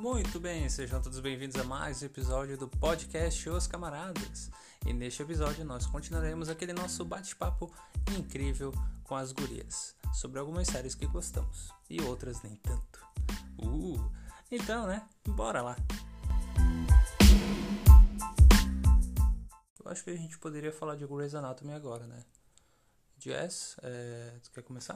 Muito bem, sejam todos bem-vindos a mais um episódio do podcast Os Camaradas. E neste episódio nós continuaremos aquele nosso bate-papo incrível com as gurias sobre algumas séries que gostamos e outras nem tanto. Então, né? Bora lá! Eu acho que a gente poderia falar de Grey's Anatomy agora, né? Jess, tu quer começar?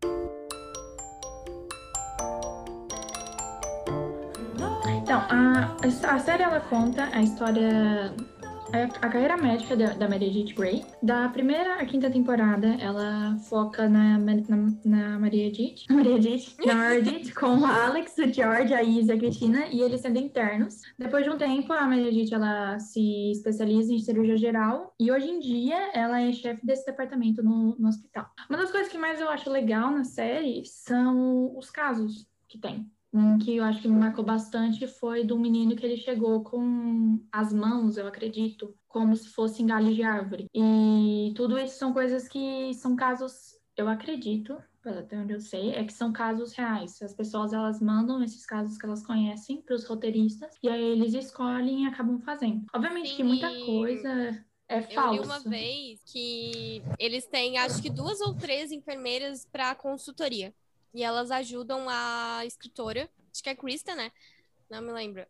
Então, a série ela conta a história, a carreira médica da Meredith Grey. Da primeira à quinta temporada, ela foca na Meredith com a Alex, o George, a Isa e a Cristina, e eles sendo internos. Depois de um tempo, a Meredith ela se especializa em cirurgia geral e hoje em dia ela é chefe desse departamento no hospital. Uma das coisas que mais eu acho legal na série são os casos que tem. Um que eu acho que me marcou bastante foi do menino que ele chegou com as mãos, eu acredito, como se fossem galhos de árvore. E tudo isso são coisas que são casos, eu acredito, até onde eu sei, é que são casos reais. As pessoas, elas mandam esses casos que elas conhecem para os roteiristas e aí eles escolhem e acabam fazendo. Obviamente Sim, que muita coisa é falsa. Eu li uma vez que eles têm, acho que 2 ou 3 enfermeiras para consultoria. E elas ajudam a escritora, acho que é Krista, né? Não me lembro.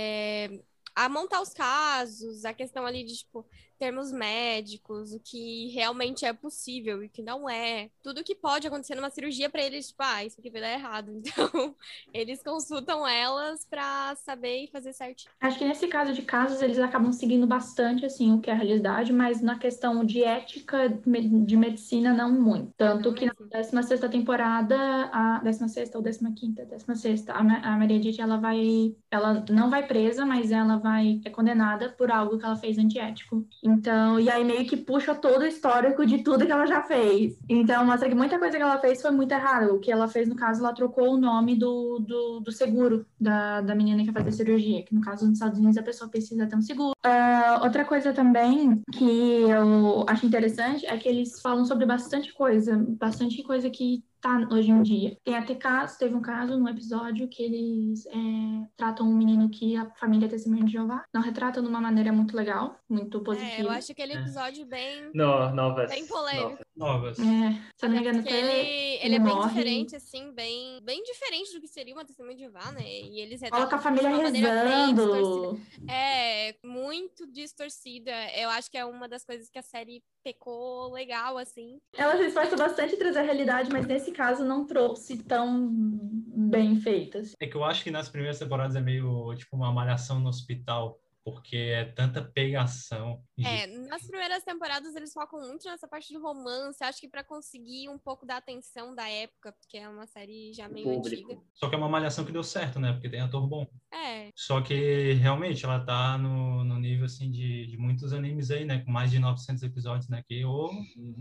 A montar os casos, a questão ali de, tipo, termos médicos, o que realmente é possível e o que não é. Tudo que pode acontecer numa cirurgia para eles, tipo, isso aqui vai dar errado. Então, eles consultam elas para saber e fazer certinho. Acho que nesse caso de casos, eles acabam seguindo bastante, assim, o que é a realidade, mas na questão de ética de medicina, não muito. Tanto que na 16ª temporada, a 16ª ou 15ª, 16ª, a Meredith, ela não vai presa, mas ela é condenada por algo que ela fez antiético. Então, e aí meio que puxa todo o histórico de tudo que ela já fez. Então, mostra que muita coisa que ela fez foi muito errada. O que ela fez, no caso, ela trocou o nome do seguro da menina que ia fazer cirurgia, que no caso nos Estados Unidos a pessoa precisa ter um seguro. Outra coisa também que eu acho interessante é que eles falam sobre bastante coisa que tá hoje em dia. Teve um caso no episódio que eles tratam um menino que a família é testemunha de Jeová. Não retratam de uma maneira muito legal, muito positiva. Eu acho aquele episódio bem polêmico. Novas. Se eu não me engano, ele é bem diferente, assim, bem diferente do que seria uma testemunha de Jeová, né? E eles retratam coloca a família de uma maneira bem rezando. distorcida. Muito distorcida. Eu acho que é uma das coisas que a série pecou legal, assim. Ela se esforça bastante em trazer a realidade, mas nesse caso não trouxe tão bem feitas. É que eu acho que nas primeiras temporadas é meio tipo uma malhação no hospital, porque é tanta pegação. Nas primeiras temporadas eles focam muito nessa parte do romance, acho que pra conseguir um pouco da atenção da época, porque é uma série já meio antiga. Só que é uma malhação que deu certo, né? Porque tem ator bom. É. Só que realmente ela tá no nível assim de muitos animes aí, né? Com mais de 900 episódios, né? Que eu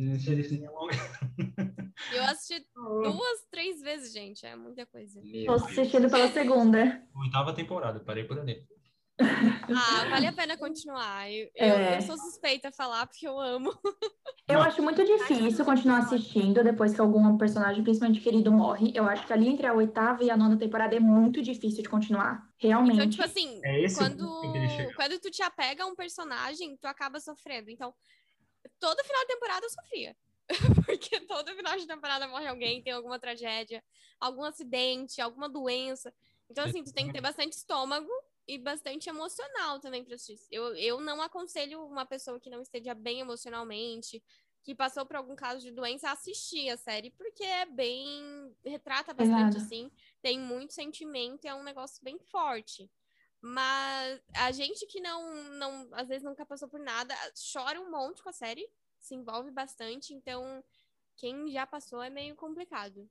assisti 2, 3 vezes, gente. É muita coisa. Tô assistindo pela segunda. 8ª temporada, parei por ali. Vale a pena continuar. Eu sou suspeita a falar porque eu amo. Eu acho muito difícil continuar assistindo depois que algum personagem, principalmente querido, morre. Eu acho que ali entre a 8ª e a 9ª temporada é muito difícil de continuar. Realmente. Então, tipo assim, quando tu te apega a um personagem, tu acaba sofrendo. Então, todo final de temporada eu sofria. Porque todo final de temporada morre alguém, tem alguma tragédia, algum acidente, alguma doença. Então, assim, tu tem que ter bastante estômago e bastante emocional também pra assistir. Eu não aconselho uma pessoa que não esteja bem emocionalmente, que passou por algum caso de doença, a assistir a série, porque retrata bastante, assim, tem muito sentimento, é um negócio bem forte. Mas a gente que não às vezes nunca passou por nada, chora um monte com a série, se envolve bastante, então quem já passou é meio complicado.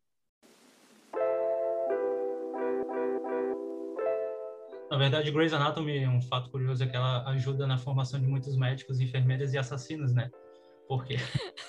Na verdade, Grey's Anatomy, um fato curioso é que ela ajuda na formação de muitos médicos, enfermeiras e assassinos, né? Por quê?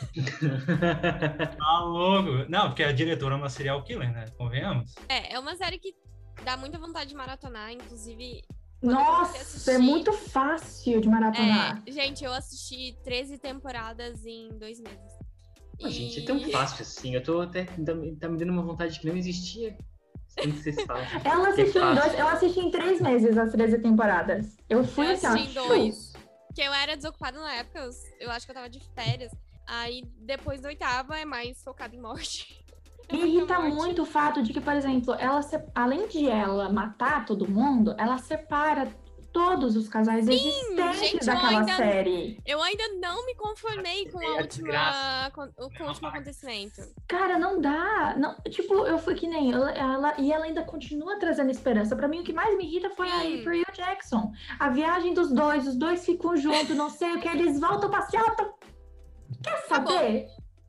Tá louco! Não, porque a diretora é uma serial killer, né? Convenhamos? É uma série que dá muita vontade de maratonar, inclusive... Nossa, é muito fácil de maratonar. Gente, eu assisti 13 temporadas em 2 meses. Gente, é tão fácil assim. Eu tô até... Tá me dando uma vontade que não existia. Tem que ser fácil. Ela assistiu em dois, eu assisti em 3 meses as 13 temporadas. Eu fui Eu assim, assisti em ó, 2. Porque eu era desocupada na época, eu acho que eu tava de férias. Aí depois da 8ª é mais focado em morte. Me irrita muito o fato de que, por exemplo, além de ela matar todo mundo, ela separa todos os casais existentes gente, daquela série. Eu ainda não me conformei com com o último acontecimento. Cara, não dá. Não, tipo, eu fui que nem e ela ainda continua trazendo esperança. Pra mim, o que mais me irrita foi a April e o Jackson. A viagem dos dois, os dois ficam juntos, não sei o que, eles voltam pra Seattle. Quer saber?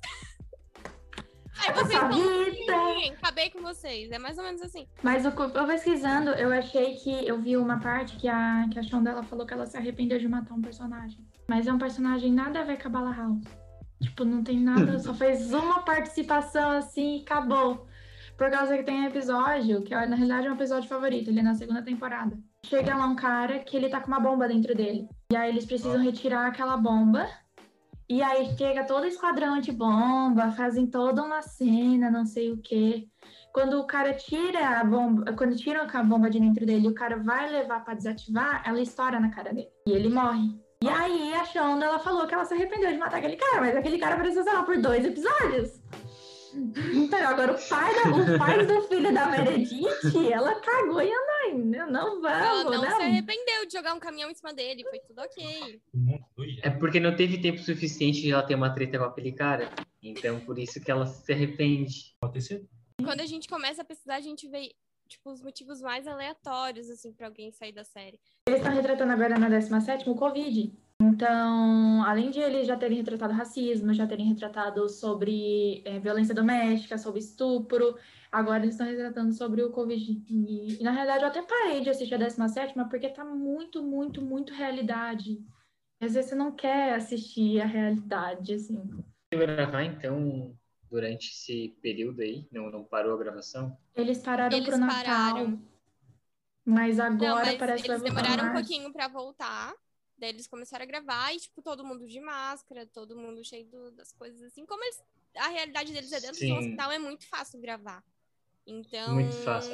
Aí vocês vão acabei com vocês. É mais ou menos assim. Mas eu pesquisando, eu achei que eu vi uma parte que a Shonda falou que ela se arrependeu de matar um personagem. Mas é um personagem nada a ver com a Bala House. Tipo, não tem nada, só fez uma participação assim e acabou. Por causa que tem um episódio, que na realidade é um episódio favorito, ele é na 2ª temporada. Chega lá um cara que ele tá com uma bomba dentro dele. E aí eles precisam retirar aquela bomba. E aí chega todo o esquadrão antibomba, fazem toda uma cena, não sei o quê. Quando o cara tira a bomba, quando tiram a bomba de dentro dele, o cara vai levar pra desativar, ela estoura na cara dele. E ele morre. E aí a Shonda, ela falou que ela se arrependeu de matar aquele cara, mas aquele cara apareceu, sei lá, por 2 episódios. Então, agora os pais do filho da Meredith, ela cagou e andou. Não vamos, ela não não. se arrependeu de jogar um caminhão em cima dele, foi tudo ok. É porque não teve tempo suficiente de ela ter uma treta com aquele cara. Então, por isso que ela se arrepende. Pode ser. Quando a gente começa a pesquisar, a gente vê, tipo, os motivos mais aleatórios, assim, pra alguém sair da série. Eles estão retratando agora na 17ª o Covid. Então, além de eles já terem retratado racismo, já terem retratado sobre violência doméstica, sobre estupro, agora eles estão retratando sobre o Covid. E, na realidade, eu até parei de assistir a 17ª porque tá muito, muito, muito realidade. Às vezes você não quer assistir a realidade, assim. Você vai gravar, então, durante esse período aí? Não parou a gravação? Eles pararam pro Natal. Mas agora parece que vai voltar. Eles demoraram um pouquinho pra voltar. Daí eles começaram a gravar e, tipo, todo mundo de máscara, todo mundo cheio das coisas assim. Como a realidade deles é dentro de um hospital, é muito fácil gravar. Então... Muito fácil,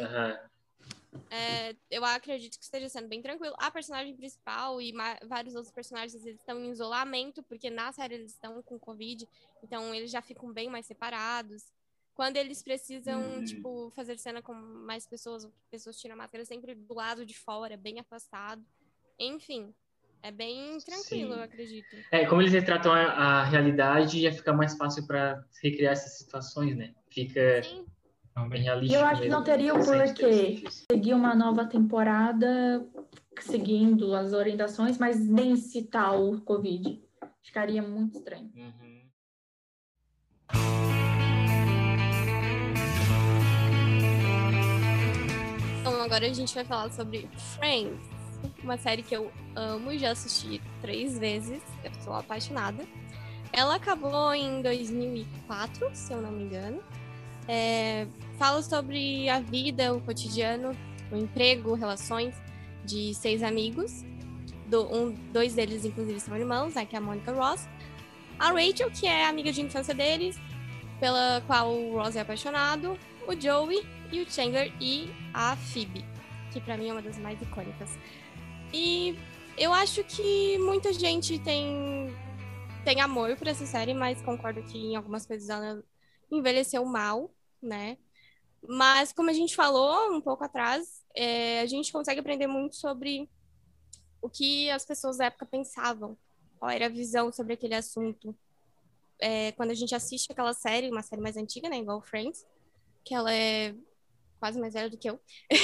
eu acredito que esteja sendo bem tranquilo. A personagem principal e vários outros personagens, eles estão em isolamento, porque na série eles estão com Covid, então eles já ficam bem mais separados. Quando eles precisam, tipo, fazer cena com mais pessoas tiram a máscara sempre do lado de fora, bem afastado. Enfim... É bem tranquilo, eu acredito. Como eles retratam a realidade, ia ficar mais fácil para recriar essas situações, né? Fica bem realístico. Eu acho que não teria o porquê seguir uma nova temporada seguindo as orientações, mas nem citar o Covid. Ficaria muito estranho. Então, agora a gente vai falar sobre Friends. Uma série que eu amo e já assisti 3 vezes. Eu sou apaixonada. Ela acabou em 2004, se eu não me engano. Fala sobre a vida, o cotidiano, o emprego, relações de 6 amigos. 2 deles, inclusive, são irmãos, né, que é a Monica e o Ross. A Rachel, que é amiga de infância deles, pela qual o Ross é apaixonado. O Joey e o Chandler e a Phoebe, que pra mim é uma das mais icônicas. E eu acho que muita gente tem amor por essa série, mas concordo que em algumas coisas ela envelheceu mal, né? Mas como a gente falou um pouco atrás, a gente consegue aprender muito sobre o que as pessoas da época pensavam, qual era a visão sobre aquele assunto. Quando a gente assiste aquela série, uma série mais antiga, né, igual Friends, que ela é quase mais velha do que eu.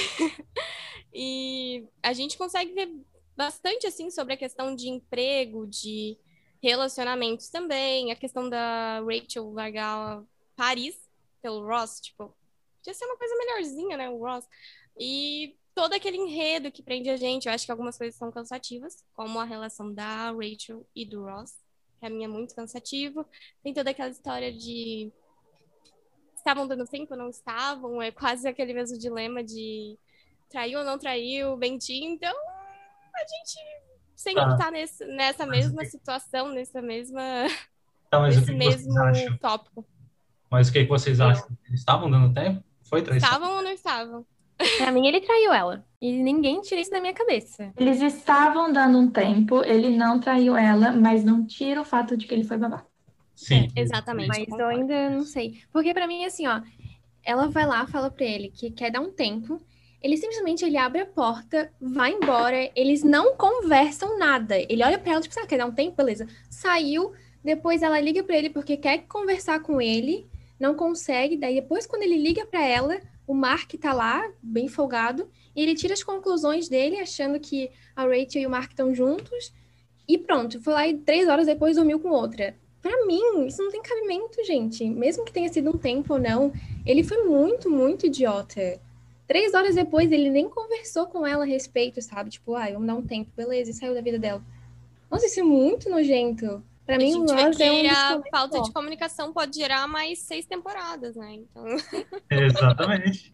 E a gente consegue ver bastante, assim, sobre a questão de emprego, de relacionamentos também, a questão da Rachel largar Paris pelo Ross, tipo, podia ser uma coisa melhorzinha, né, o Ross. E todo aquele enredo que prende a gente, eu acho que algumas coisas são cansativas, como a relação da Rachel e do Ross, que a minha é muito cansativo. Tem toda aquela história de estavam dando tempo ou não estavam, é quase aquele mesmo dilema de traiu ou não traiu, mentiu. Então, a gente sempre tá nessa mesma situação, nesse mesmo tópico. Mas o que vocês acham? Eles estavam dando tempo? Foi traição. Estavam ou não estavam? Pra mim, ele traiu ela. E ninguém tira isso da minha cabeça. Eles estavam dando um tempo, ele não traiu ela, mas não tira o fato de que ele foi babaca. Sim. Exatamente. Mas eu ainda não sei. Porque pra mim, assim, ó, ela vai lá, fala pra ele que quer dar um tempo. Ele abre a porta, vai embora. Eles não conversam nada. Ele olha pra ela, tipo, quer dar um tempo? Beleza. Saiu. Depois ela liga pra ele porque quer conversar com ele. Não consegue. Daí depois, quando ele liga pra ela, o Mark tá lá, bem folgado. E ele tira as conclusões dele, achando que a Rachel e o Mark estão juntos. E pronto. Foi lá e 3 horas depois dormiu com outra. Pra mim, isso não tem cabimento, gente. Mesmo que tenha sido um tempo ou não, ele foi muito, muito idiota. 3 horas depois, ele nem conversou com ela a respeito, sabe? Tipo, vamos dar um tempo, beleza, e saiu da vida dela. Nossa, isso é muito nojento. Pra mim, o Ross é um a falta de comunicação pode gerar mais 6 temporadas, né? Então... Exatamente.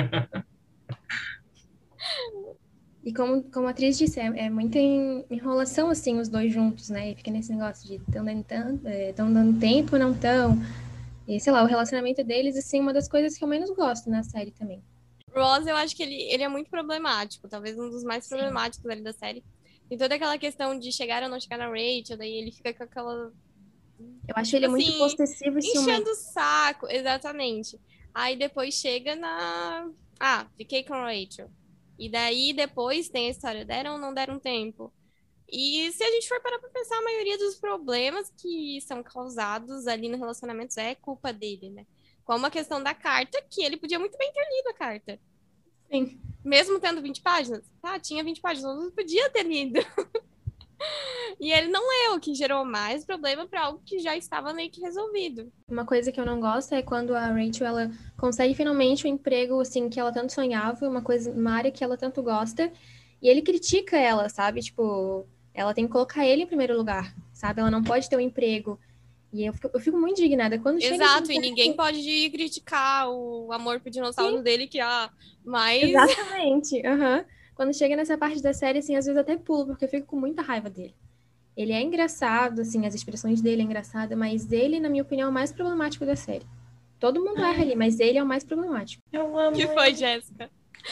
E como a atriz disse, é muita enrolação, assim, os dois juntos, né? E fica nesse negócio de tão dando tempo, não tão. E, sei lá, o relacionamento deles, assim, uma das coisas que eu menos gosto na série também. Ross, eu acho que ele é muito problemático, talvez um dos mais problemáticos ali da série. Tem toda aquela questão de chegar ou não chegar na Rachel, daí ele fica com aquela... Eu acho ele muito possessivo e ciumento. Enchendo o saco, exatamente. Aí depois chega na... fiquei com a Rachel. E daí depois tem a história, deram ou não deram tempo. E se a gente for parar pra pensar, a maioria dos problemas que são causados ali no relacionamento é culpa dele, né? Como a questão da carta, que ele podia muito bem ter lido a carta. Sim. Mesmo tendo 20 páginas. Tinha 20 páginas, não podia ter lido. E ele não leu, o que gerou mais problema para algo que já estava meio que resolvido. Uma coisa que eu não gosto é quando a Rachel, ela consegue finalmente um emprego, assim, que ela tanto sonhava, uma área que ela tanto gosta, e ele critica ela, sabe? Tipo, ela tem que colocar ele em primeiro lugar, sabe? Ela não pode ter um emprego. E eu fico muito indignada. Quando Exato, e ninguém pode criticar o amor por dinossauro dele, que mais... Exatamente, Quando chega nessa parte da série, assim, às vezes até pulo, porque eu fico com muita raiva dele. Ele é engraçado, assim, as expressões dele é engraçada, mas ele, na minha opinião, é o mais problemático da série. Todo mundo erra ali, mas ele é o mais problemático. Eu amo. Que foi, Jéssica?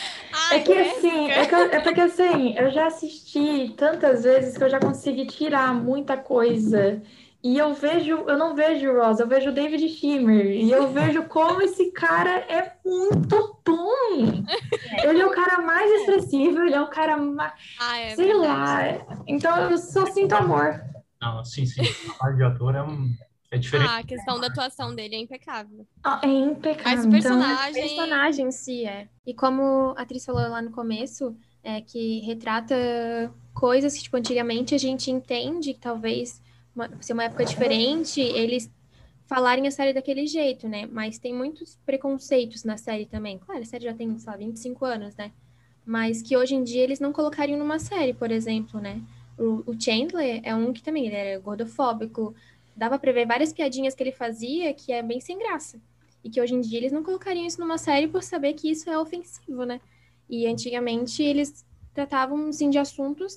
É porque assim, eu já assisti tantas vezes que eu já consegui tirar muita coisa. E eu não vejo o Ross, eu vejo o David Schwimmer. E eu vejo como esse cara é muito bom. Ele é o cara mais expressivo, ele é o cara mais... sei lá. Então eu só sinto amor. Não, sim. A parte de ator é diferente. A questão da atuação dele é impecável. É impecável. Mas o personagem... O personagem em si, E como a atriz falou lá no começo, que retrata coisas que, tipo, antigamente a gente entende que talvez... ser uma época diferente, eles falarem a série daquele jeito, né? Mas tem muitos preconceitos na série também. Claro, a série já tem, sei lá, 25 anos, né? Mas que hoje em dia eles não colocariam numa série, por exemplo, né? O Chandler é um que também, ele era gordofóbico. Dava pra ver várias piadinhas que ele fazia que é bem sem graça. E que hoje em dia eles não colocariam isso numa série por saber que isso é ofensivo, né? E antigamente eles tratavam, assim, de assuntos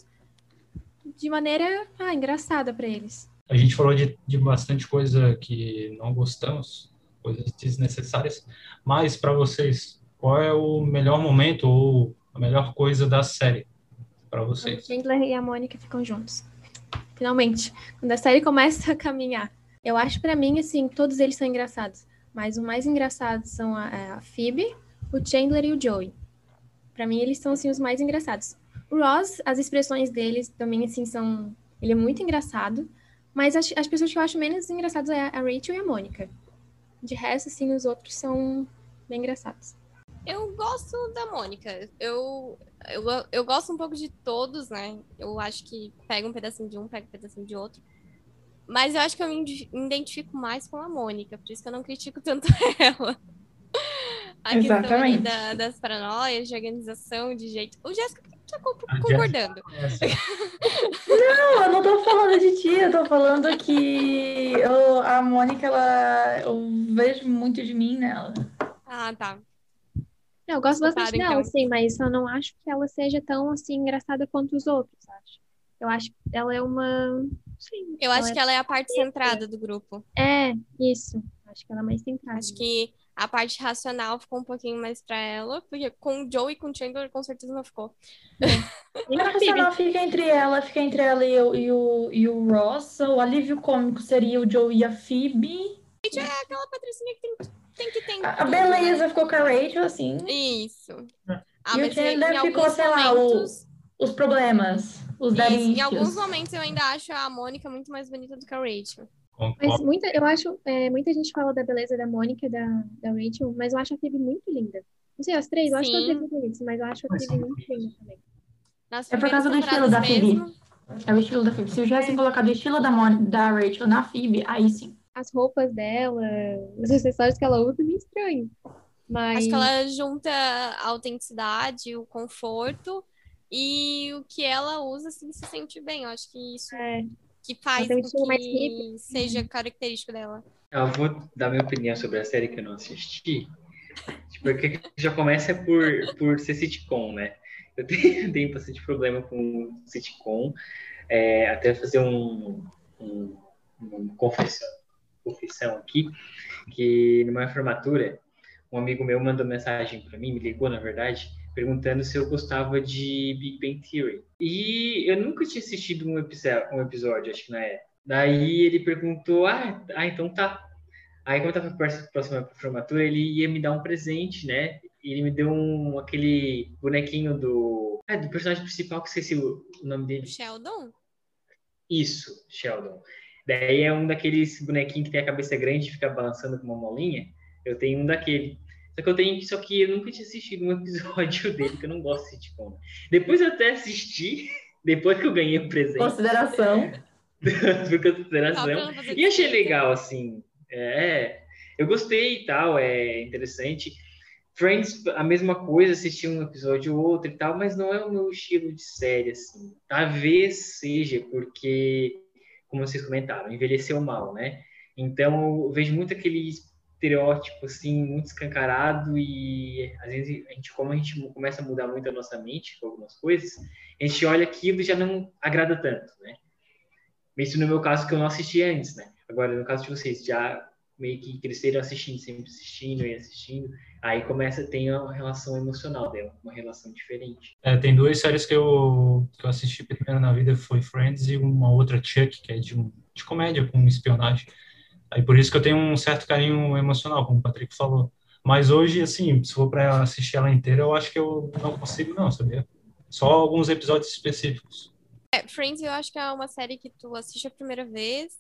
de maneira engraçada para eles. A gente falou de bastante coisa que não gostamos, coisas desnecessárias, mas para vocês, qual é o melhor momento ou a melhor coisa da série para vocês? O Chandler e a Mônica ficam juntos. Finalmente, quando a série começa a caminhar. Eu acho, para mim, assim, todos eles são engraçados, mas o mais engraçado são a Phoebe, o Chandler e o Joey. Para mim, eles são, assim, os mais engraçados. O Ross, as expressões deles também, assim, são... Ele é muito engraçado, mas as pessoas que eu acho menos engraçadas é a Rachel e a Mônica. De resto, assim, os outros são bem engraçados. Eu gosto da Mônica. Eu gosto um pouco de todos, né? Eu acho que pega um pedacinho de um, pega um pedacinho de outro. Mas eu acho que eu me identifico mais com a Mônica, por isso que eu não critico tanto ela. A Exatamente. questão das paranoias, de organização, de jeito... O Jéssica tá concordando. Não, eu não tô falando de ti, eu tô falando que a Mônica, eu vejo muito de mim nela. Ah, tá. Eu gosto bastante dela, então. sim, mas eu não acho que ela seja tão, assim, engraçada quanto os outros, acho. Eu acho que ela é uma... Sim, eu acho que ela é a parte centrada do grupo. Isso. Acho que ela é mais centrada. Acho que a parte racional ficou um pouquinho mais pra ela, porque com o Joe e com o Chandler, com certeza não ficou. A racional fica entre ela e o Ross. O alívio cômico seria o Joe e a Phoebe. É aquela patricinha que tem que ter. A beleza ficou com a Rachel, assim. Isso. E o Chandler ficou, sei lá, os problemas, os daddy issues. Em alguns momentos eu ainda acho a Mônica muito mais bonita do que a Rachel. Mas eu acho, muita gente fala da beleza da Mônica e da Rachel, mas eu acho a Phoebe muito linda. Não sei, as três, eu acho que as três bonitas, mas eu acho a Phoebe muito linda também. É por causa do estilo da Phoebe. É o estilo da Phoebe. Se eu tivesse colocado o estilo da Rachel na Phoebe, aí sim. As roupas dela, os acessórios que ela usa, é meio estranho. Mas... Acho que ela junta a autenticidade, o conforto e o que ela usa, assim, se sente bem. Eu acho que isso que faz com que seja característico dela. Eu vou dar minha opinião sobre a série que eu não assisti. Porque já começa por ser sitcom, né? Eu tenho bastante problema com sitcom. Até fazer uma confissão aqui, que numa formatura, um amigo meu mandou mensagem para mim, me ligou, na verdade, perguntando se eu gostava de Big Bang Theory. E eu nunca tinha assistido um episódio, acho que na época. Daí ele perguntou, então tá. Aí, como eu tava próximo à formatura, ele ia me dar um presente, né? E ele me deu aquele bonequinho do personagem principal, que esqueci o nome dele. Sheldon? Isso, Sheldon. Daí é um daqueles bonequinhos que tem a cabeça grande e fica balançando com uma molinha. Eu tenho um daquele. Só que eu nunca tinha assistido um episódio dele, que eu não gosto de sitcom. Depois eu até assisti, depois que eu ganhei o presente. Consideração. Por consideração. E achei legal, assim. Eu gostei e tal, é interessante. Friends, a mesma coisa, assisti um episódio ou outro e tal, mas não é o meu estilo de série, assim. Talvez seja porque, como vocês comentaram, envelheceu mal, né? Então, eu vejo muito aquele estereótipo, assim, muito escancarado e, às vezes, como a gente começa a mudar muito a nossa mente com algumas coisas, a gente olha aquilo e já não agrada tanto, né? Isso no meu caso, que eu não assisti antes, né? Agora, no caso de vocês, já meio que cresceram assistindo, sempre assistindo e assistindo, aí tem uma relação emocional dela, uma relação diferente. Tem duas séries que eu assisti primeiro na vida, foi Friends e uma outra, Chuck, que é de comédia com espionagem. Aí por isso que eu tenho um certo carinho emocional, como o Patrick falou. Mas hoje, assim, se for para assistir ela inteira, eu acho que eu não consigo não, sabia? Só alguns episódios específicos. Friends eu acho que é uma série que tu assiste a primeira vez,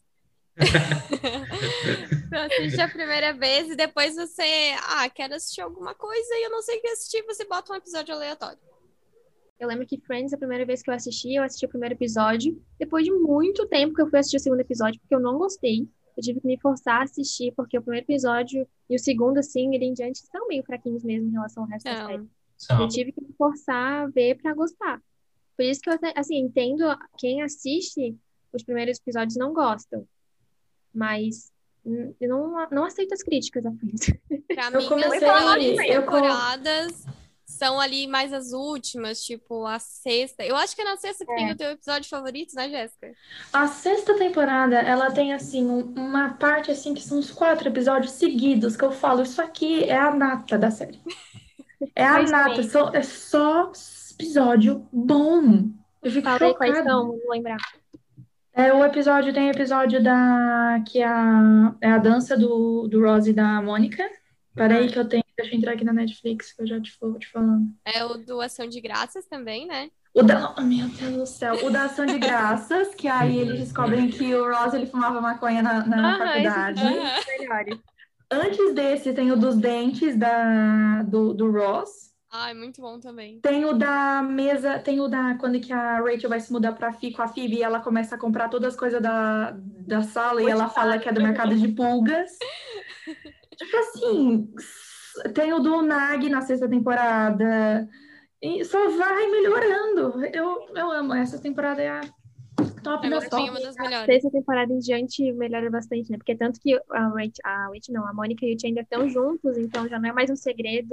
tu assiste a primeira vez e depois você, quero assistir alguma coisa e eu não sei o que assistir, você bota um episódio aleatório. Eu lembro que Friends, a primeira vez que eu assisti o primeiro episódio. Depois de muito tempo que eu fui assistir o segundo episódio, porque eu não gostei. Eu tive que me forçar a assistir, porque o primeiro episódio e o segundo, assim, ele em diante, são meio fraquinhos mesmo em relação ao resto da série. Eu tive que me forçar a ver pra gostar. Por isso que eu, assim, entendo quem assiste os primeiros episódios não gostam. Mas eu não aceito as críticas a Friends. Pra mim, as melhores temporadas são ali mais as últimas, tipo a sexta. Eu acho que é na sexta que tem o teu episódio favorito, né, Jéssica? A sexta temporada, ela tem, assim, uma parte, assim, que são uns 4 episódios seguidos, que eu falo, isso aqui é a nata da série. É a nata, é só episódio bom. Eu fico chocada. Quais são? Não vou lembrar. Tem episódio que é a dança do Ross e da Mônica. Peraí que deixa eu entrar aqui na Netflix, que eu já vou te falando. É o do Ação de Graças também, né? Meu Deus do céu. O da Ação de Graças, que aí eles descobrem que o Ross, ele fumava maconha na faculdade. Antes desse, tem o dos dentes do Ross. É muito bom também. Tem o da mesa, quando que a Rachel vai se mudar com a Phoebe e ela começa a comprar todas as coisas da sala e ela fala que é do mercado de pulgas. Tipo assim, tem o do Nag na sexta temporada. E só vai melhorando. Eu amo. Essa temporada é a top das top. Uma das melhores. Sexta temporada em diante melhora bastante, né? Porque tanto que a Mônica e o Chandler estão juntos, então já não é mais um segredo.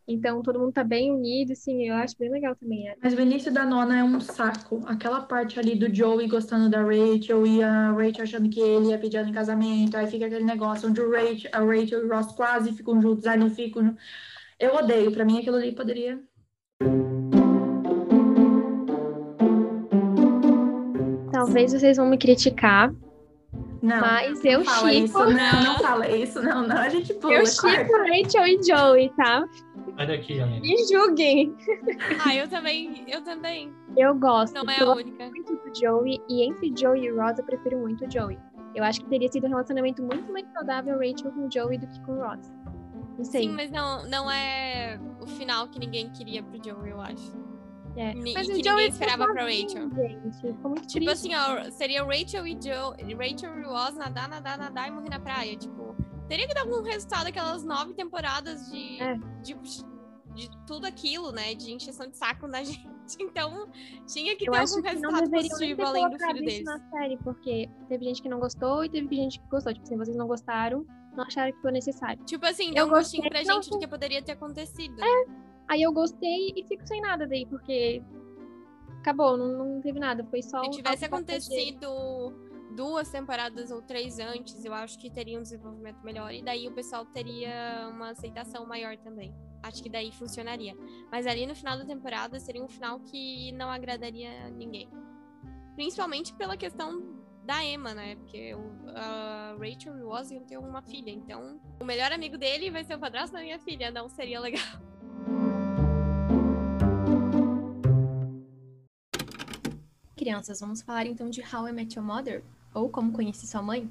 Então, todo mundo tá bem unido, assim, eu acho bem legal também, né? Mas o início da nona é um saco. Aquela parte ali do Joey gostando da Rachel e a Rachel achando que ele ia pedir ela em casamento. Aí fica aquele negócio onde a Rachel e o Ross quase ficam juntos, aí não ficam. Eu odeio. Pra mim, aquilo ali poderia... Talvez vocês vão me criticar, Não, mas não eu fala chipo. isso. Não fala isso. Não, a gente pula. Eu chipo Rachel e Joey, tá? Sai daqui, Aline. Me julguem. Eu também. Eu gosto. Não é Eu a gosto única. muito do Joey, e entre Joey e Ross, eu prefiro muito o Joey. Eu acho que teria sido um relacionamento muito mais saudável Rachel com o Joey do que com o Ross. Não sei. Sim, mas não é o final que ninguém queria pro Joey, eu acho. É. Mas E o que Joey ninguém esperava pra Rachel. Gente, ficou muito Tipo triste. assim, ó, seria Rachel e Ross nadar e morrer na praia. Tipo, teria que dar algum resultado aquelas 9 temporadas de tudo aquilo, né? De encheção de saco na gente. Então, tinha que ter algum resultado positivo além do filho deles. Na série, porque teve gente que não gostou e teve gente que gostou. Tipo, se vocês não gostaram, não acharam que foi necessário. Tipo assim, deu um gostinho pra gente do que poderia ter acontecido. Aí eu gostei e fico sem nada daí, porque acabou, não teve nada. Foi só... Se tivesse acontecido 2 temporadas ou 3 antes, eu acho que teria um desenvolvimento melhor. E daí o pessoal teria uma aceitação maior também. Acho que daí funcionaria. Mas ali no final da temporada seria um final que não agradaria ninguém. Principalmente pela questão da Emma, né? Porque a Rachel e o Ross iam ter uma filha. Então, o melhor amigo dele vai ser o padrasto da minha filha. Não seria legal. Crianças, vamos falar então de How I Met Your Mother, ou Como Conheci Sua Mãe.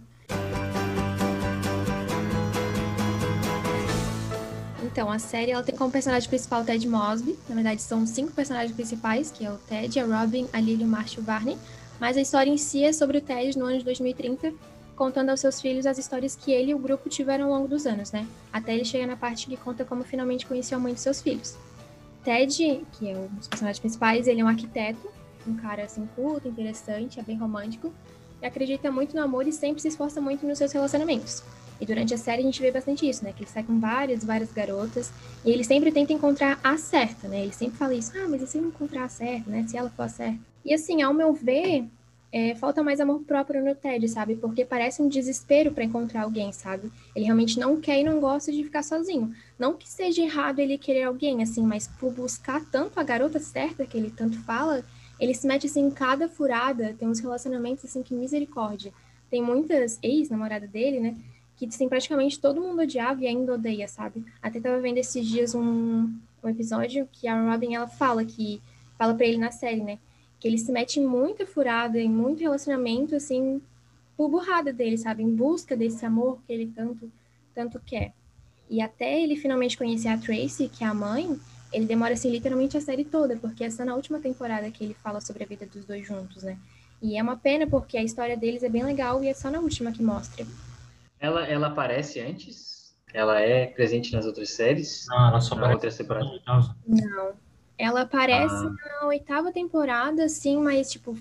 Então, a série ela tem como personagem principal o Ted Mosby. Na verdade, são 5 personagens principais, que é o Ted, a Robin, a Lily, o Marshall e o Barney. Mas a história em si é sobre o Ted no ano de 2030, contando aos seus filhos as histórias que ele e o grupo tiveram ao longo dos anos, né? Até ele chegar na parte que conta como finalmente conheceu a mãe de seus filhos. Ted, que é um dos personagens principais, ele é um arquiteto, um cara assim culto, interessante, é bem romântico, e acredita muito no amor e sempre se esforça muito nos seus relacionamentos. E durante a série a gente vê bastante isso, né? Que ele sai com várias garotas, e ele sempre tenta encontrar a certa, né? Ele sempre fala isso, mas e se eu encontrar a certa, né? Se ela for a certa. E assim, ao meu ver, falta mais amor próprio no Ted, sabe? Porque parece um desespero pra encontrar alguém, sabe? Ele realmente não quer e não gosta de ficar sozinho. Não que seja errado ele querer alguém, assim, mas por buscar tanto a garota certa que ele tanto fala, ele se mete, assim, em cada furada, tem uns relacionamentos, assim, que misericórdia. Tem muitas ex-namoradas dele, né, que, assim, praticamente todo mundo odiava e ainda odeia, sabe? Até tava vendo esses dias um episódio que a Robin, ela fala pra ele na série, né, que ele se mete em muita furada, em muito relacionamento, assim, por burrada dele, sabe? Em busca desse amor que ele tanto quer. E até ele finalmente conhecer a Tracy, que é a mãe, ele demora, assim, literalmente a série toda, porque é só na última temporada que ele fala sobre a vida dos dois juntos, né? E é uma pena, porque a história deles é bem legal e é só na última que mostra. Ela aparece antes? Ela é presente nas outras séries? Não, ela só aparece outras temporadas. Não. Ela aparece na 8ª temporada, sim, mas, tipo,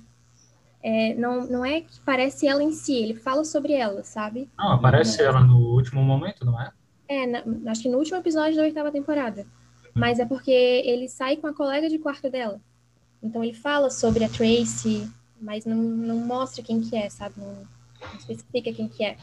não é que parece ela em si, ele fala sobre ela, sabe? Não, aparece ela no último momento, não é? Acho que no último episódio da 8ª temporada. Mas é porque ele sai com a colega de quarto dela. Então ele fala sobre a Tracy, mas não mostra quem que é, sabe? Não especifica quem que é.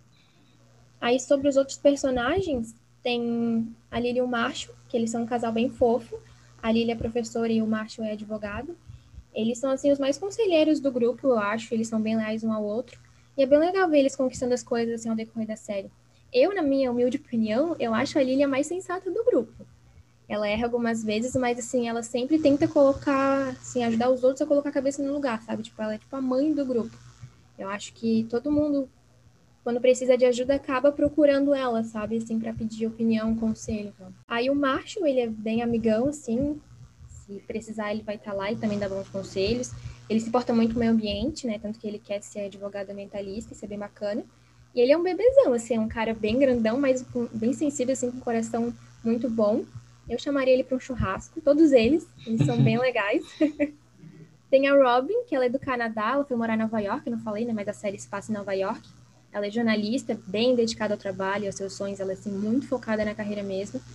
Aí sobre os outros personagens, tem a Lily e o Marshall, que eles são um casal bem fofo. A Lily é professora e o Marshall é advogado. Eles são, assim, os mais conselheiros do grupo, eu acho. Eles são bem leais um ao outro. E é bem legal ver eles conquistando as coisas, assim, ao decorrer da série. Eu, na minha humilde opinião, eu acho a Lily a mais sensata do grupo. Ela erra algumas vezes, mas, assim, ela sempre tenta colocar, assim, ajudar os outros a colocar a cabeça no lugar, sabe? Tipo, ela é, tipo, a mãe do grupo. Eu acho que todo mundo, quando precisa de ajuda, acaba procurando ela, sabe? Assim, pra pedir opinião, conselho. Então. Aí o Marshall, ele é bem amigão, assim. Se precisar, ele vai estar lá e também dá bons conselhos. Ele se importa muito com o meio ambiente, né? Tanto que ele quer ser advogado ambientalista, isso é bem bacana. E ele é um bebezão, assim, é um cara bem grandão, mas bem sensível, assim, com um coração muito bom. Eu chamaria ele para um churrasco, todos eles são bem legais. Tem a Robin, que ela é do Canadá, ela foi morar em Nova York, eu não falei, né, mas a série se passa em Nova York. Ela é jornalista, bem dedicada ao trabalho, aos seus sonhos, ela é, assim, muito focada na carreira mesmo.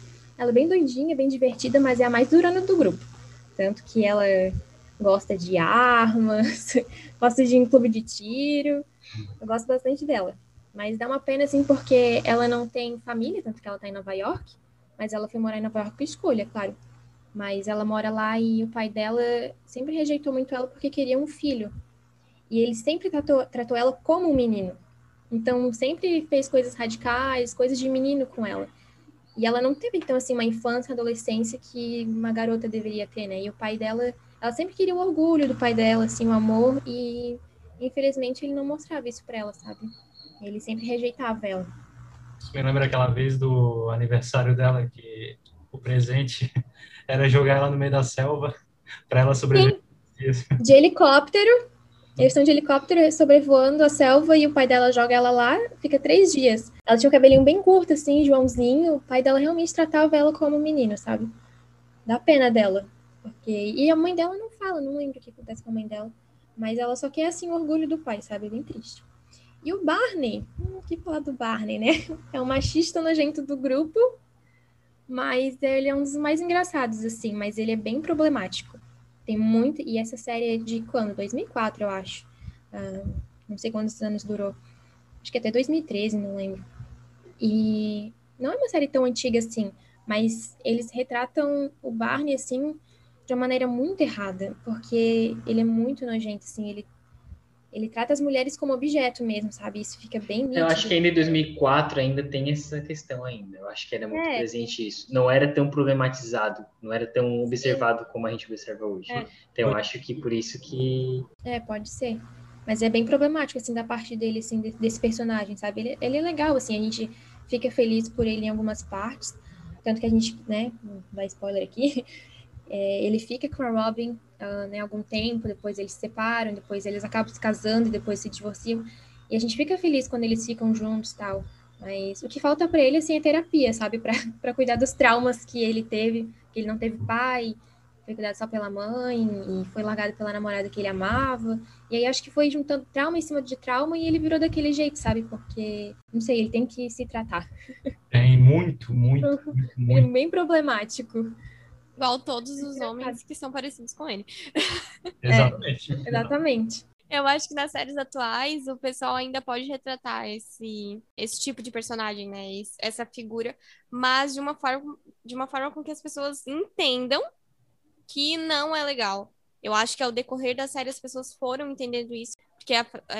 Ela é bem doidinha, bem divertida, mas é a mais durona do grupo. Tanto que ela gosta de armas, gosta de ir em clube de tiro. Eu gosto bastante dela. Mas dá uma pena, assim, porque ela não tem família, tanto que ela tá em Nova York. Mas ela foi morar em Nova York por escolha, claro. Mas ela mora lá e o pai dela sempre rejeitou muito ela porque queria um filho. E ele sempre tratou ela como um menino. Então, sempre fez coisas radicais, coisas de menino com ela. E ela não teve, então, assim, uma infância, adolescência que uma garota deveria ter, né? E o pai dela, ela sempre queria o orgulho do pai dela, assim, o amor. E, infelizmente, ele não mostrava isso pra ela, sabe? Ele sempre rejeitava ela. Isso me lembra aquela vez do aniversário dela, que o presente era jogar ela no meio da selva para ela sobreviver. De helicóptero. Eles estão de helicóptero sobrevoando a selva e o pai dela joga ela lá, fica 3 dias. Ela tinha um cabelinho bem curto, assim, Joãozinho. O pai dela realmente tratava ela como um menino, sabe? Dá pena dela. E a mãe dela não fala, não lembro o que acontece com a mãe dela. Mas ela só quer, assim, o orgulho do pai, sabe? É bem triste. E o Barney, que falar do Barney, né? É o machista nojento do grupo, mas ele é um dos mais engraçados, assim, mas ele é bem problemático. Tem muito, e essa série é de quando? 2004, eu acho. Não sei quantos anos durou. Acho que até 2013, não lembro. E não é uma série tão antiga assim, mas eles retratam o Barney, assim, de uma maneira muito errada, porque ele é muito nojento, assim, ele trata as mulheres como objeto mesmo, sabe? Isso fica bem nítido. Eu acho que ainda em 2004 ainda tem essa questão ainda. Eu acho que era muito presente isso. Não era tão problematizado, não era tão observado como a gente observa hoje. Então eu acho que por isso que... pode ser. Mas é bem problemático, assim, da parte dele, assim, desse personagem, sabe? Ele é legal, assim, a gente fica feliz por ele em algumas partes. Tanto que a gente, né, não dá spoiler aqui, ele fica com a Robin né, algum tempo, depois eles se separam, depois eles acabam se casando e depois se divorciam. E a gente fica feliz quando eles ficam juntos e tal. Mas o que falta pra ele, assim, é terapia, sabe? Pra cuidar dos traumas que ele teve, que ele não teve pai, foi cuidado só pela mãe, e foi largado pela namorada que ele amava. E aí acho que foi juntando trauma em cima de trauma e ele virou daquele jeito, sabe? Porque, não sei, ele tem que se tratar. Tem muito. Ele é bem problemático. Igual todos os homens que são parecidos com ele. Exatamente. Exatamente. Eu acho que nas séries atuais o pessoal ainda pode retratar esse tipo de personagem, né? Essa figura, mas de uma forma com que as pessoas entendam que não é legal. Eu acho que ao decorrer da série as pessoas foram entendendo isso, porque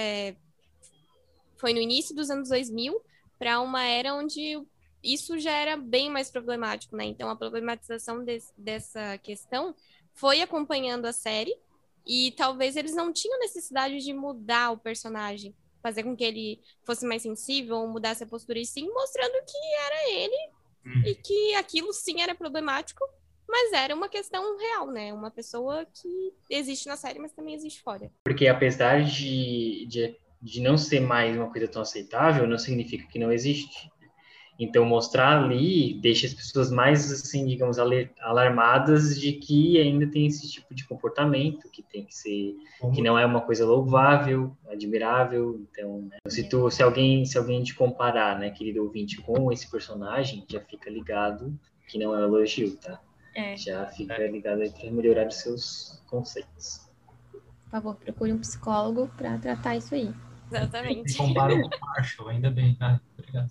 foi no início dos anos 2000 para uma era onde isso já era bem mais problemático, né? Então, a problematização dessa questão foi acompanhando a série e talvez eles não tinham necessidade de mudar o personagem, fazer com que ele fosse mais sensível ou mudasse a postura, e sim mostrando que era ele e que aquilo sim era problemático, mas era uma questão real, né? Uma pessoa que existe na série, mas também existe fora. Porque apesar de não ser mais uma coisa tão aceitável, não significa que não existe. Então, mostrar ali deixa as pessoas mais, assim, digamos, alarmadas de que ainda tem esse tipo de comportamento, que tem que ser, que não é uma coisa louvável, admirável. Então, né? Se alguém te comparar, né, querido ouvinte, com esse personagem, já fica ligado que não é um elogio, tá? Já fica ligado aí para melhorar os seus conceitos. Por favor, procure um psicólogo para tratar isso aí. Exatamente. Compara com o Marshall, ainda bem. Obrigado.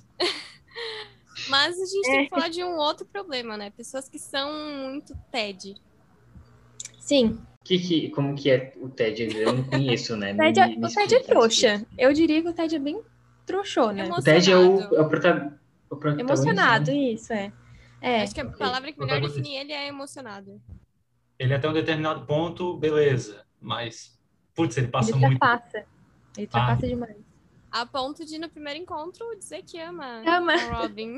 Mas a gente tem que falar de um outro problema, né? Pessoas que são muito TED. Sim. Como que é o TED? Eu não conheço, né? O TED é trouxa. Eu diria que o TED é bem trouxona. O TED é o protagonista. Emocionado, né? Isso, Acho que a palavra que melhor define ele é emocionado. Ele até um determinado ponto, beleza. Mas, putz, ele passa muito. Ele ultrapassa demais. A ponto de, no primeiro encontro, dizer que ama a Robin.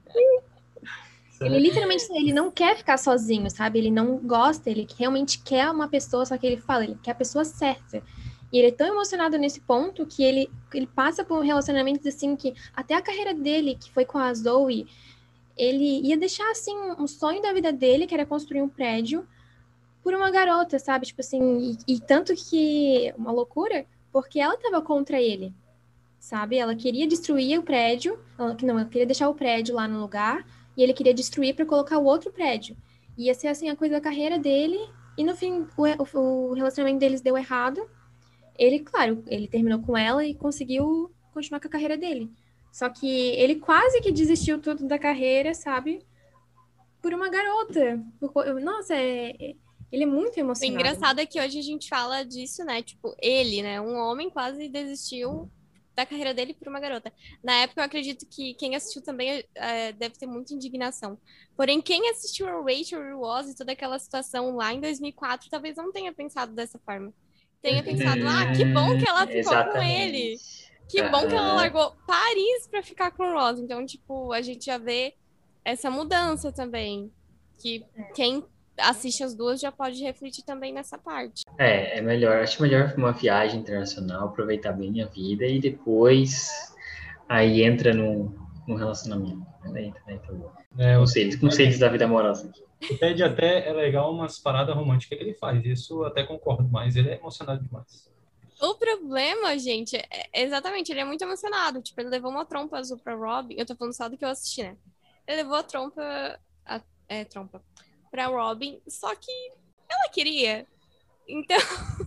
Ele literalmente, ele não quer ficar sozinho, sabe? Ele não gosta, ele realmente quer uma pessoa, só que ele quer a pessoa certa. E ele é tão emocionado nesse ponto que ele passa por relacionamentos, assim, que até a carreira dele, que foi com a Zoe, ele ia deixar, assim, um sonho da vida dele, que era construir um prédio, por uma garota, sabe? Tipo assim, e tanto que, uma loucura, porque ela tava contra ele. Sabe? Ela queria destruir o prédio, ela queria deixar o prédio lá no lugar, e ele queria destruir para colocar o outro prédio. Ia ser assim a coisa da carreira dele, e no fim o relacionamento deles deu errado. Ele, claro, ele terminou com ela e conseguiu continuar com a carreira dele. Só que ele quase que desistiu tudo da carreira, sabe? Por uma garota. Nossa, ele é muito O emocionado. engraçado é que hoje a gente fala disso, né? Tipo, ele, né? Um homem quase desistiu da carreira dele por uma garota. Na época, eu acredito que quem assistiu também deve ter muita indignação. Porém, quem assistiu a Rachel e o Oz e toda aquela situação lá em 2004, talvez não tenha pensado dessa forma. Tenha pensado, que bom que ela ficou com ele. Que bom que ela largou Paris pra ficar com o Ross. Então, tipo, a gente já vê essa mudança também. Que quem assiste as duas já pode refletir também nessa parte. É melhor. Acho melhor uma viagem internacional, aproveitar bem a vida e depois aí entra num relacionamento. Conselhos da vida amorosa aqui. O Ted até é legal umas paradas românticas que ele faz. Isso eu até concordo, mas ele é emocionado demais. O problema, gente, exatamente, ele é muito emocionado. Tipo, ele levou uma trompa azul pra Robin. Eu tô falando só do que eu assisti, né? Ele levou a trompa pra Robin, só que ela queria. Então...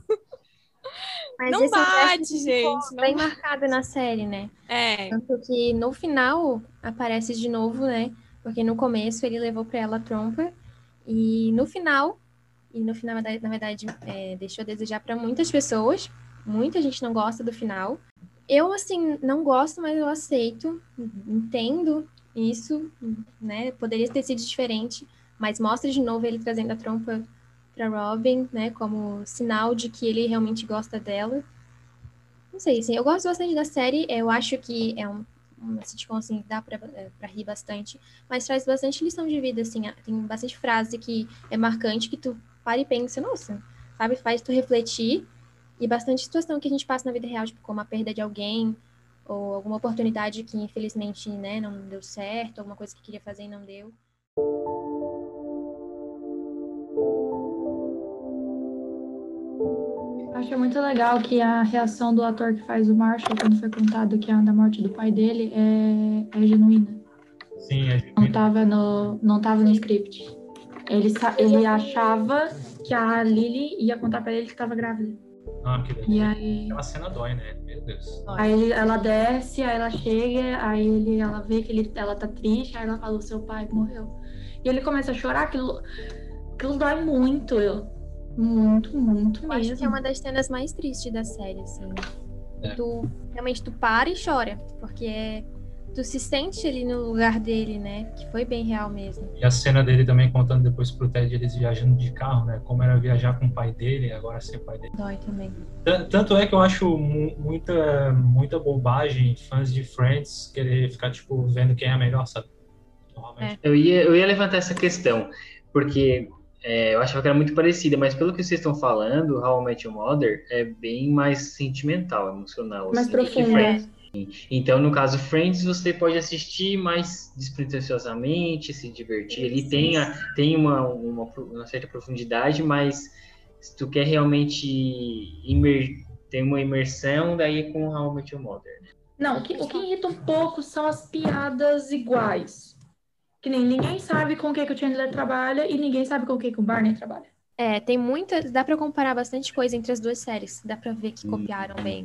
Mas não esse bate, gente. Bem marcado na série, né? Tanto que no final aparece de novo, né? Porque no começo ele levou pra ela a trompa. E no final, na verdade, deixou a desejar pra muitas pessoas. Muita gente não gosta do final. Eu, assim, não gosto, mas eu aceito. Entendo isso, né? Poderia ter sido diferente. Mas mostra de novo ele trazendo a trompa pra Robin, né? Como sinal de que ele realmente gosta dela. Não sei, assim, eu gosto bastante da série. Eu acho que é uma sitcom, assim, dá pra rir bastante. Mas traz bastante lição de vida, assim. Tem bastante frase que é marcante, que tu para e pensa, nossa, sabe? Faz tu refletir. E bastante situação que a gente passa na vida real, tipo, como a perda de alguém, ou alguma oportunidade que, infelizmente, né, não deu certo, alguma coisa que queria fazer e não deu. Acho muito legal que a reação do ator que faz o Marshall, quando foi contado que é da morte do pai dele, é genuína. Sim, é genuína. Não tava no script. Ele achava que a Lily ia contar pra ele que estava grávida. Que delícia. E aí... Aquela cena dói, né? Meu Deus. Aí ela desce, aí ela chega, aí ela vê que ela tá triste, aí ela fala, o seu pai morreu. E ele começa a chorar, aquilo dói muito, muito, muito mesmo. Acho que é uma das cenas mais tristes da série, assim. Realmente, tu para e chora, porque tu se sente ali no lugar dele, né? Que foi bem real mesmo. E a cena dele também contando depois pro Ted, eles viajando de carro, né? Como era viajar com o pai dele e agora sem o pai dele. Dói também. Tanto é que eu acho muita bobagem fãs de Friends querer ficar, tipo, vendo quem é a melhor, sabe? Eu ia levantar essa questão, porque eu achava que era muito parecida, mas pelo que vocês estão falando, How I Met Your Mother é bem mais sentimental, emocional. Mais assim, profundo. que Friends. Então, no caso Friends, você pode assistir mais despretensiosamente, se divertir. Ele tem uma certa profundidade, mas se tu quer realmente ter uma imersão, daí é com How I Met Your Mother. Não, o que irrita um pouco são as piadas iguais. Que nem ninguém sabe com o que o Chandler trabalha e ninguém sabe com o que o Barney trabalha. Tem muitas... Dá pra comparar bastante coisa entre as duas séries. Dá pra ver que copiaram bem.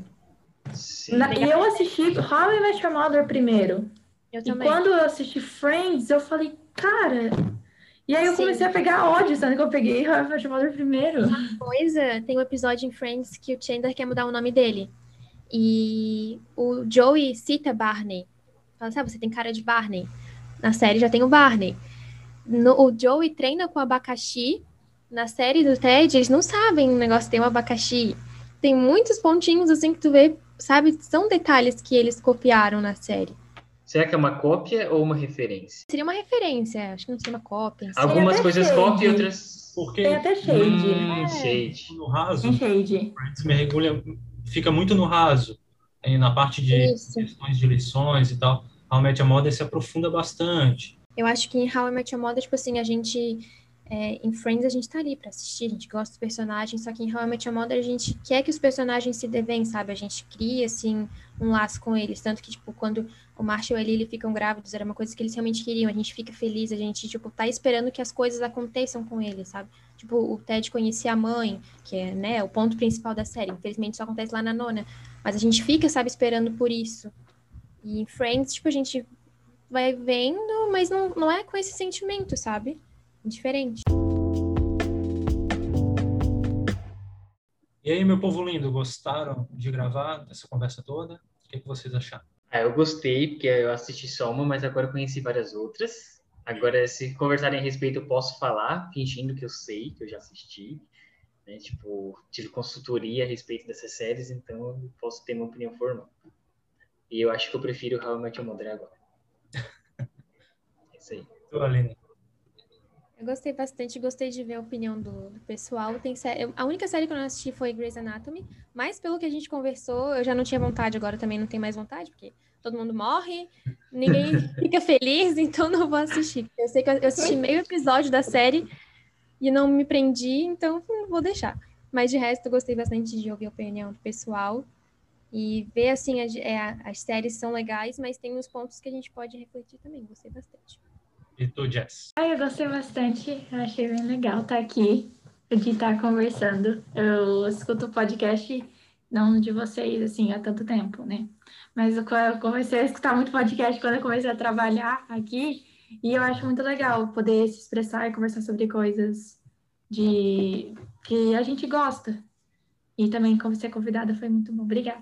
E eu assisti How I Met Your Mother primeiro. Eu também. E quando eu assisti Friends, eu falei, cara... E aí eu comecei a pegar ódio, sendo que eu peguei How I Met Your Mother primeiro. Tem um episódio em Friends que o Chandler quer mudar o nome dele. E o Joey cita Barney. Fala, sabe, você tem cara de Barney. Na série já tem o Barney. O Joey treina com abacaxi. Na série do Ted, eles não sabem o negócio tem um abacaxi. Tem muitos pontinhos assim que tu vê, sabe? São detalhes que eles copiaram na série. Será que é uma cópia ou uma referência? Seria uma referência, acho que não seria uma cópia. Algumas coisas cópia e outras... Tem até shade. Shade. No raso, Tem shade. Friends mergulha, fica muito no raso. Aí na parte de questões de lições e tal. How I Met Your Mother se aprofunda bastante. Eu acho que em How I Met Your Mother, tipo assim, a gente Em Friends a gente tá ali pra assistir, a gente gosta dos personagens, só que em How I Met Your Mother a gente quer que os personagens se devem, sabe? A gente cria, assim, um laço com eles. Tanto que, tipo, quando o Marshall e a Lily ficam grávidos, era uma coisa que eles realmente queriam. A gente fica feliz, a gente, tipo, tá esperando que as coisas aconteçam com eles, sabe? Tipo, o Ted conhecia a mãe, que é, né, o ponto principal da série. Infelizmente, só acontece lá na 9ª. Mas a gente fica, sabe, esperando por isso. E em Friends, tipo, a gente vai vendo, mas não é com esse sentimento, sabe? Diferente. E aí, meu povo lindo, gostaram de gravar essa conversa toda? O que vocês acharam? Eu gostei, porque eu assisti só uma, mas agora eu conheci várias outras. Agora, se conversarem a respeito, eu posso falar, fingindo que eu sei, que eu já assisti. Né? Tipo, tive consultoria a respeito dessas séries, então eu posso ter uma opinião formal. E eu acho que eu prefiro How I Met Your Mother agora. É isso aí. Tu, Aline? Eu gostei bastante, gostei de ver a opinião do pessoal. A única série que eu não assisti foi Grey's Anatomy, mas pelo que a gente conversou, eu já não tinha vontade, agora também não tenho mais vontade, porque todo mundo morre, ninguém fica feliz, então não vou assistir. Eu sei que eu assisti meio episódio da série e não me prendi, então não vou deixar. Mas de resto, eu gostei bastante de ouvir a opinião do pessoal e ver, assim, as séries são legais, mas tem uns pontos que a gente pode refletir também. Gostei bastante. E tu, Jess? Eu gostei bastante, eu achei bem legal estar aqui, de estar conversando. Eu escuto o podcast, não de vocês, assim, há tanto tempo, né? Mas eu comecei a escutar muito podcast quando eu comecei a trabalhar aqui, e eu acho muito legal poder se expressar e conversar sobre coisas que a gente gosta. E também, como ser convidada, foi muito bom. Obrigada.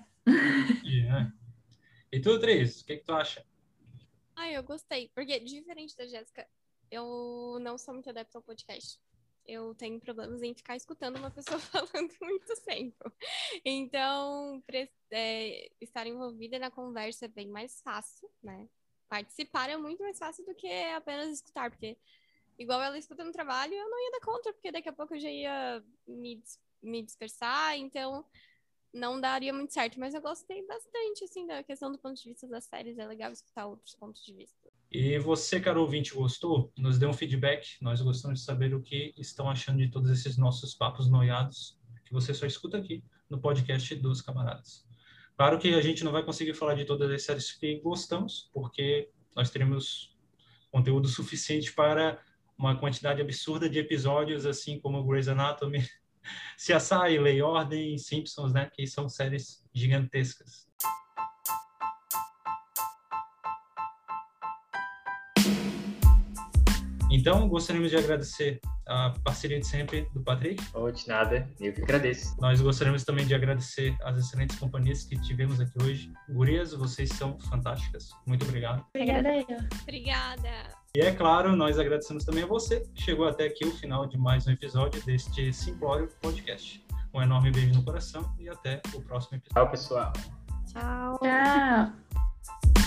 E tu, Tris, o que tu acha? Eu gostei, porque diferente da Jéssica, eu não sou muito adepta ao podcast. Eu tenho problemas em ficar escutando uma pessoa falando muito tempo. Então, estar envolvida na conversa é bem mais fácil, né? Participar é muito mais fácil do que apenas escutar, porque igual ela escuta no trabalho, eu não ia dar conta, porque daqui a pouco eu já ia me dispersar, então não daria muito certo. Mas eu gostei bastante, assim, da questão do ponto de vista das séries, é legal escutar outros pontos de vista. E você, caro ouvinte, gostou? Nos dê um feedback. Nós gostamos de saber o que estão achando de todos esses nossos papos noiados, que você só escuta aqui no podcast dos camaradas. Claro que a gente não vai conseguir falar de todas as séries que gostamos, porque nós teremos conteúdo suficiente para uma quantidade absurda de episódios, assim como Grey's Anatomy, CSI, Lei e Ordem, Simpsons, né? Que são séries gigantescas. Então, gostaríamos de agradecer a parceria de sempre do Patrick. De nada, eu que agradeço. Nós gostaríamos também de agradecer as excelentes companhias que tivemos aqui hoje. Gurias, vocês são fantásticas. Muito obrigado. Obrigada. E é claro, nós agradecemos também a você que chegou até aqui o final de mais um episódio deste Simplório Podcast. Um enorme beijo no coração e até o próximo episódio. Tchau, pessoal. Tchau. Tchau.